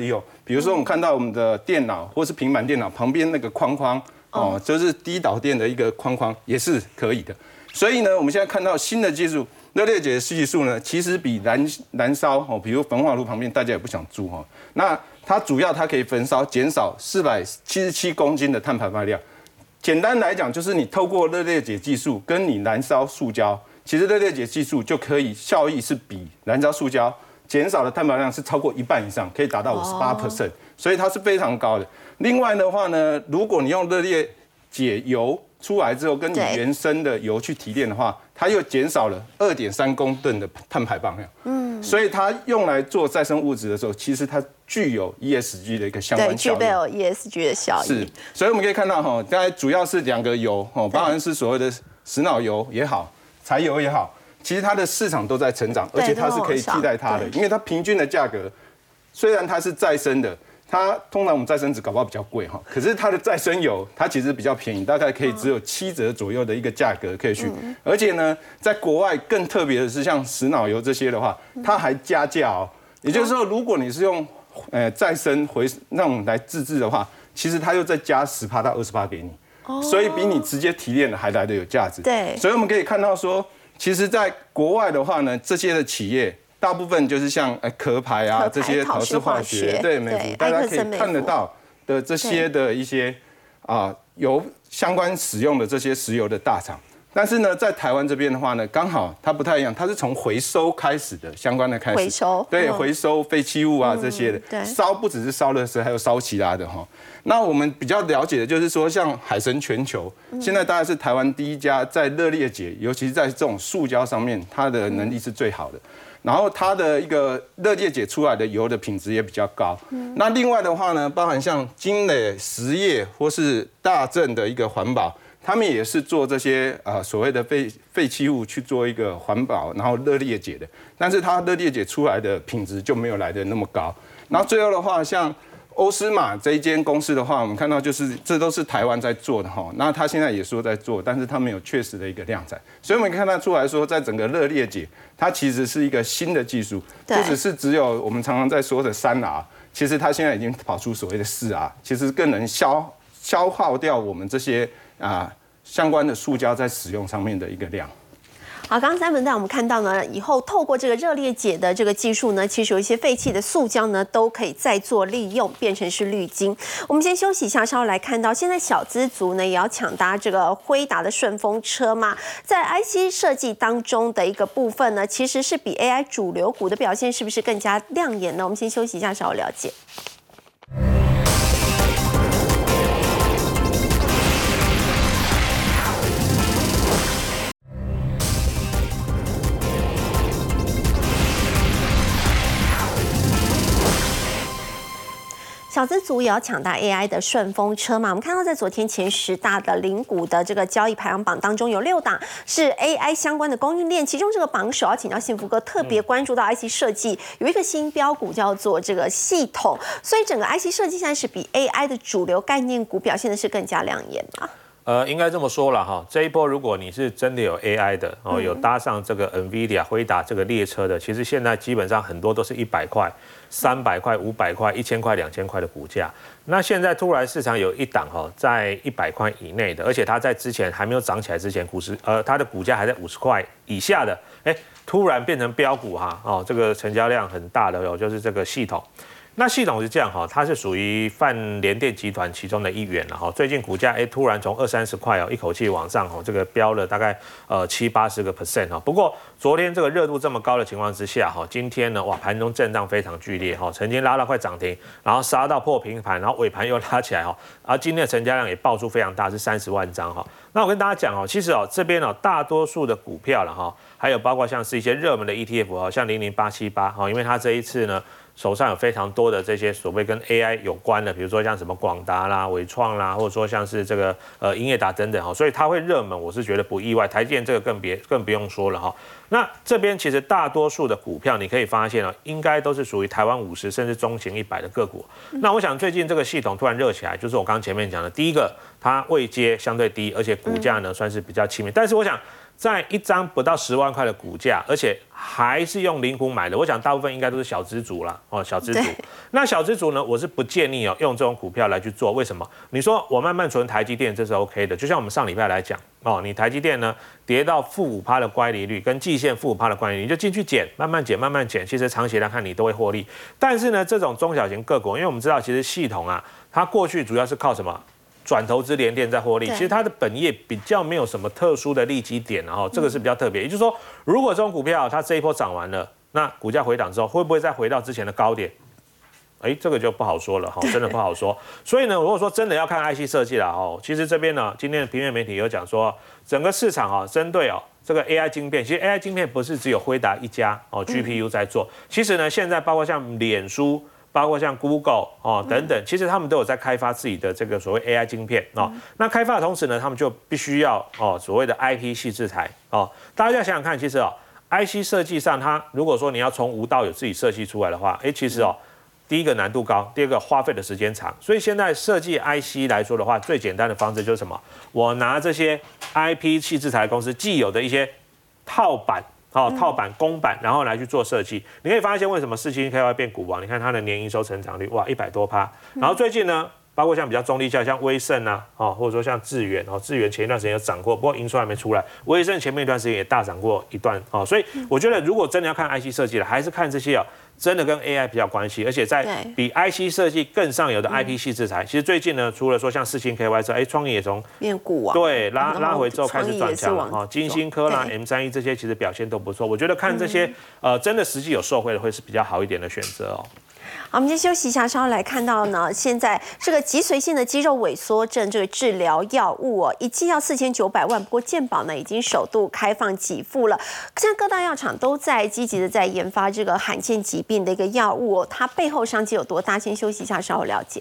比如说我们看到我们的电脑或是平板电脑旁边那个框框哦，就是低导电的一个框框也是可以的。所以呢，我们现在看到新的技术，热裂解的技术呢，其实比燃燃烧哦，比如焚化炉旁边大家也不想住哦，那它主要它可以焚烧减少四百七十七公斤的碳排放量。简单来讲，就是你透过热裂解技术跟你燃烧塑胶，其实热裂解技术就可以效益是比燃烧塑胶减少的碳排放量是超过一半以上，可以达到五十八 percent， 所以它是非常高的。另外的话呢，如果你用热裂解油出来之后，跟你原生的油去提炼的话，它又减少了二点三公吨的碳排放量。嗯，所以它用来做再生物质的时候，其实它具有 E S G 的一个相关效益。 对，具备有 E S G 的效益。 是，所以我们可以看到哈，大概主要是两个油哦，包含是所谓的石脑油也好，柴油也好，其实它的市场都在成长，而且它是可以替代它的，因为它平均的价格虽然它是再生的。它通常我们再生纸搞不好比较贵哈，可是它的再生油它其实比较便宜，大概可以只有七折左右的一个价格可以去，嗯、而且呢，在国外更特别的是像石脑油这些的话，它还加价哦，也就是说，如果你是用呃再生回那种来自制的话，其实它又再加十趴到二十趴给你，哦、所以比你直接提炼的还来得有价值。 对， 所以我们可以看到说，其实在国外的话呢，这些的企业。大部分就是像呃壳牌啊这些陶氏化学，对美孚，大家可以看得到的这些的一些啊油相关使用的这些石油的大厂。但是呢，在台湾这边的话呢，刚好它不太一样，它是从回收开始的，相关的开始。 回收。 对，回收废弃物啊这些的。对。烧不只是烧垃圾，还有烧其他的哈。那我们比较了解的就是说，像海神全球，现在大概是台湾第一家在热裂解，尤其是在这种塑胶上面，它的能力是最好的。然后它的一个热裂解出来的油的品质也比较高。嗯、那另外的话呢，包含像金磊实业或是大正的一个环保，他们也是做这些呃所谓的废废弃物去做一个环保，然后热裂解的。但是它热裂解出来的品质就没有来的那么高。然后最后的话，像欧司马这一间公司的话，我们看到就是这都是台湾在做的哈，那他现在也说在做，但是他没有确实的一个量产，所以我们看得出来说，在整个热裂解，它其实是一个新的技术，不只是只有我们常常在说的三 R， 其实它现在已经跑出所谓的四 R， 其实更能消消耗掉我们这些啊相关的塑胶在使用上面的一个量。 好，刚刚三文带我们看到呢，以后透过这个热裂解的这个技术呢，其实有一些废弃的塑胶呢，都可以再做利用，变成是滤晶。我们先休息一下，稍后来看到现在小资族呢也要抢搭这个辉达的顺风车嘛，在 I C 设计当中的一个部分呢，其实是比 A I 主流股的表现是不是更加亮眼呢？我们先休息一下，稍后了解。小资族也要抢搭 A I 的顺风车嘛？我们看到在昨天前十大的零股的这个交易排行榜当中，有六档是 A I 相关的供应链，其中这个榜首要请教幸福哥，特别关注到 I C 设计有一个新标股叫做这个系统，所以整个 I C 设计现在是比 A I 的主流概念股表现的是更加亮眼嘛？ 呃，应该这么说了哈，这一波如果你是真的有 A I 的哦，有搭上这个 NVIDIA 辉达这个列车的，其实现在基本上很多都是一百块、三百块、五百块、一千块、两千块的股价。那现在突然市场有一档哈，在一百块以内的，而且它在之前还没有涨起来之前，股市呃它的股价还在五十块以下的，哎，突然变成标股哈，哦，这个成交量很大的哦，就是这个系统。那系统是这样哈，它是属于泛联电集团其中的一员了哈。最近股价哎突然从二三十块哦一口气往上哦，这个飙了大概呃七八十个 percent 哈。不过昨天这个热度这么高的情况之下哈，今天呢哇盘中震荡非常剧烈哈，曾经拉到快涨停，然后杀到破平盘，然后尾盘又拉起来哈。而今天的成交量也爆出非常大，是三十万张哈。那我跟大家讲哦，其实哦这边哦大多数的股票了哈，还有包括像是一些热门的 E T F 哦，像零零八七八哈，因为它这一次呢。手上有非常多的这些所谓跟 A I 有关的，比如说像什么广达啦、伟创啦，或者说像是这个呃英业达等等哈，所以它会热门，我是觉得不意外。台积电这个更别更不用说了哈。那这边其实大多数的股票，你可以发现哦，应该都是属于台湾五十甚至中型一百的个股。那我想最近这个系统突然热起来，就是我刚刚前面讲的，第一个它位阶相对低，而且股价呢算是比较亲民。但是我想在一张不到十万块的股价，而且还是用零股买的，我想大部分应该都是小资族啦，哦，小资族。那小资族呢，我是不建议哦用这种股票来去做，为什么？你说我慢慢存台积电，这是 OK 的，就像我们上礼拜来讲哦，你台积电呢跌到负五趴的乖离率，跟季线负五趴的乖离率，你就进去减，慢慢减，慢慢减，其实长期来看你都会获利。但是呢，这种中小型个股，因为我们知道其实系统啊，它过去主要是靠什么？转投资联电在获利，其实它的本业比较没有什么特殊的利基点，然后这个是比较特别。也就是说，如果这种股票它这一波涨完了，那股价回档之后，会不会再回到之前的高点？哎，这个就不好说了哈，真的不好说。所以呢，如果说真的要看 I C 设计了哦，其实这边呢，今天的平面媒体有讲说，整个市场啊，针对哦这个 A I 晶片，其实 A I 晶片不是只有辉达一家哦 G P U 在做，其实呢，现在包括像脸书。包括像 Google 哦等等，其实他们都有在开发自己的这个所谓 A I 晶片哦。那开发的同时呢，他们就必须要哦所谓的 I P 细制材哦。大家想想看，其实哦 I C 设计上，它如果说你要从无到有自己设计出来的话，哎，其实哦第一个难度高，第二个花费的时间长。所以现在设计 I C 来说的话，最简单的方式就是什么？我拿这些 I P 细制材公司既有的一些套板。好、哦，套板、公板，然后来去做设计，你可以发现为什么世芯 K Y 变股王？你看它的年营收成长率，哇，一百多趴。然后最近呢，包括像比较中立价，像威盛啊，哦，或者说像智原，哦，智原前一段时间有涨过，不过营收还没出来。威盛前面一段时间也大涨过一段，哦，所以我觉得如果真的要看 I C 设计了，还是看这些哦。真的跟 A I 比较关系，而且在比 I C 设计更上游的 I P 细制材，其实最近呢，除了说像世芯 K Y 之后，哎，创意也从变股啊， 对拉拉回之后开始转强了哈，金星科啦、M 三一这些其实表现都不错，我觉得看这些呃真的实际有受惠的会是比较好一点的选择哦。 好，我们先休息一下，稍后来看到呢，现在这个脊髓性的肌肉萎缩症这个治疗药物哦，一剂要四千九百万，不过健保呢已经首度开放给付了。现在各大药厂都在积极的在研发这个罕见疾病的一个药物哦，它背后商机有多大？先休息一下，稍后了解。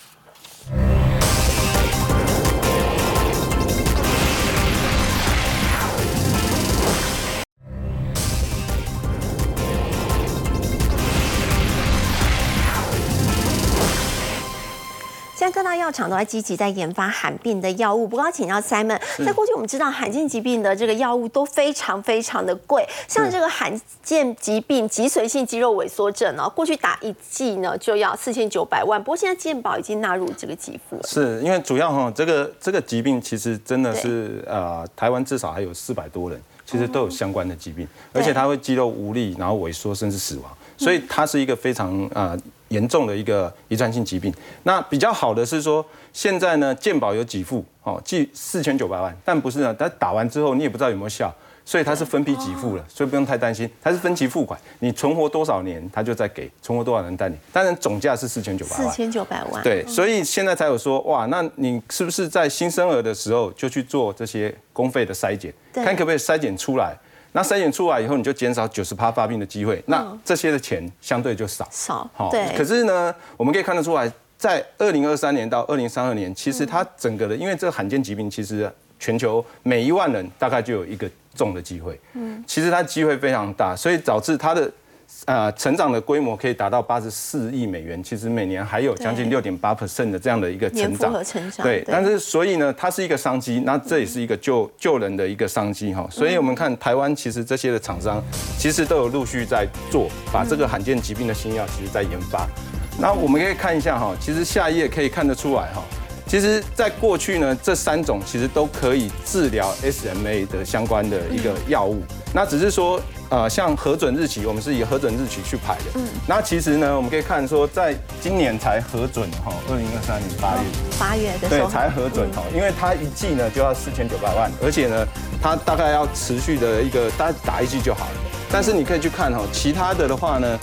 现在各大药厂都在积极在研发罕病的药物。不过要请教 Simon， 在过去我们知道罕见疾病的这个药物都非常非常的贵，像这个罕见疾病脊髓性肌肉萎缩症哦，过去打一剂呢就要四千九百万，不过现在健保已经纳入这个给付了。 是因为主要哈，这个这个疾病其实真的是呃，台湾至少还有四百多人，其实都有相关的疾病，而且它会肌肉无力，然后萎缩甚至死亡，所以它是一个非常呃。严重的一个遗传性疾病。那比较好的是说，现在呢健保有给付，哦，计四千九百万，但不是呢，它打完之后你也不知道有没有效，所以它是分批给付了，所以不用太担心，它是分期付款，你存活多少年它就再给，存活多少人带你，当然总价是四千九百万。 四千九百万。 对，所以现在才有说，哇，那你是不是在新生儿的时候就去做这些公费的筛检，看可不可以筛检出来？那筛检出来以后，你就减少九十趴发病的机会，那这些的钱相对就少。 少， 好， 对。 可是呢，我们可以看得出来，在二零二三年到二零三二年，其实它整个的，因为这个罕见疾病，其实全球每一万人大概就有一个中的机会。嗯，其实它机会非常大，所以导致它的。呃，成长的规模可以达到八十四亿美元，其实每年还有将近六点八 percent 的这样的一个成长， 成长对。但是所以呢，它是一个商机，那这也是一个救救人的一个商机哈。所以我们看台湾其实这些的厂商，其实都有陆续在做，把这个罕见疾病的新药其实在研发。那我们可以看一下哈，其实下一页可以看得出来哈。其实，在过去呢，这三种其实都可以治疗 S M A 的相关的一个药物。那只是说，呃，像核准日期，我们是以核准日期去排的。嗯。那其实呢，我们可以看说，在今年才核准哈，二零二三年八月。 八月的时候。 对，才核准哈，因为它一剂呢就要四千九百万，而且呢，它大概要持续的一个，大家打一剂就好了。但是你可以去看哈，其他的的话呢。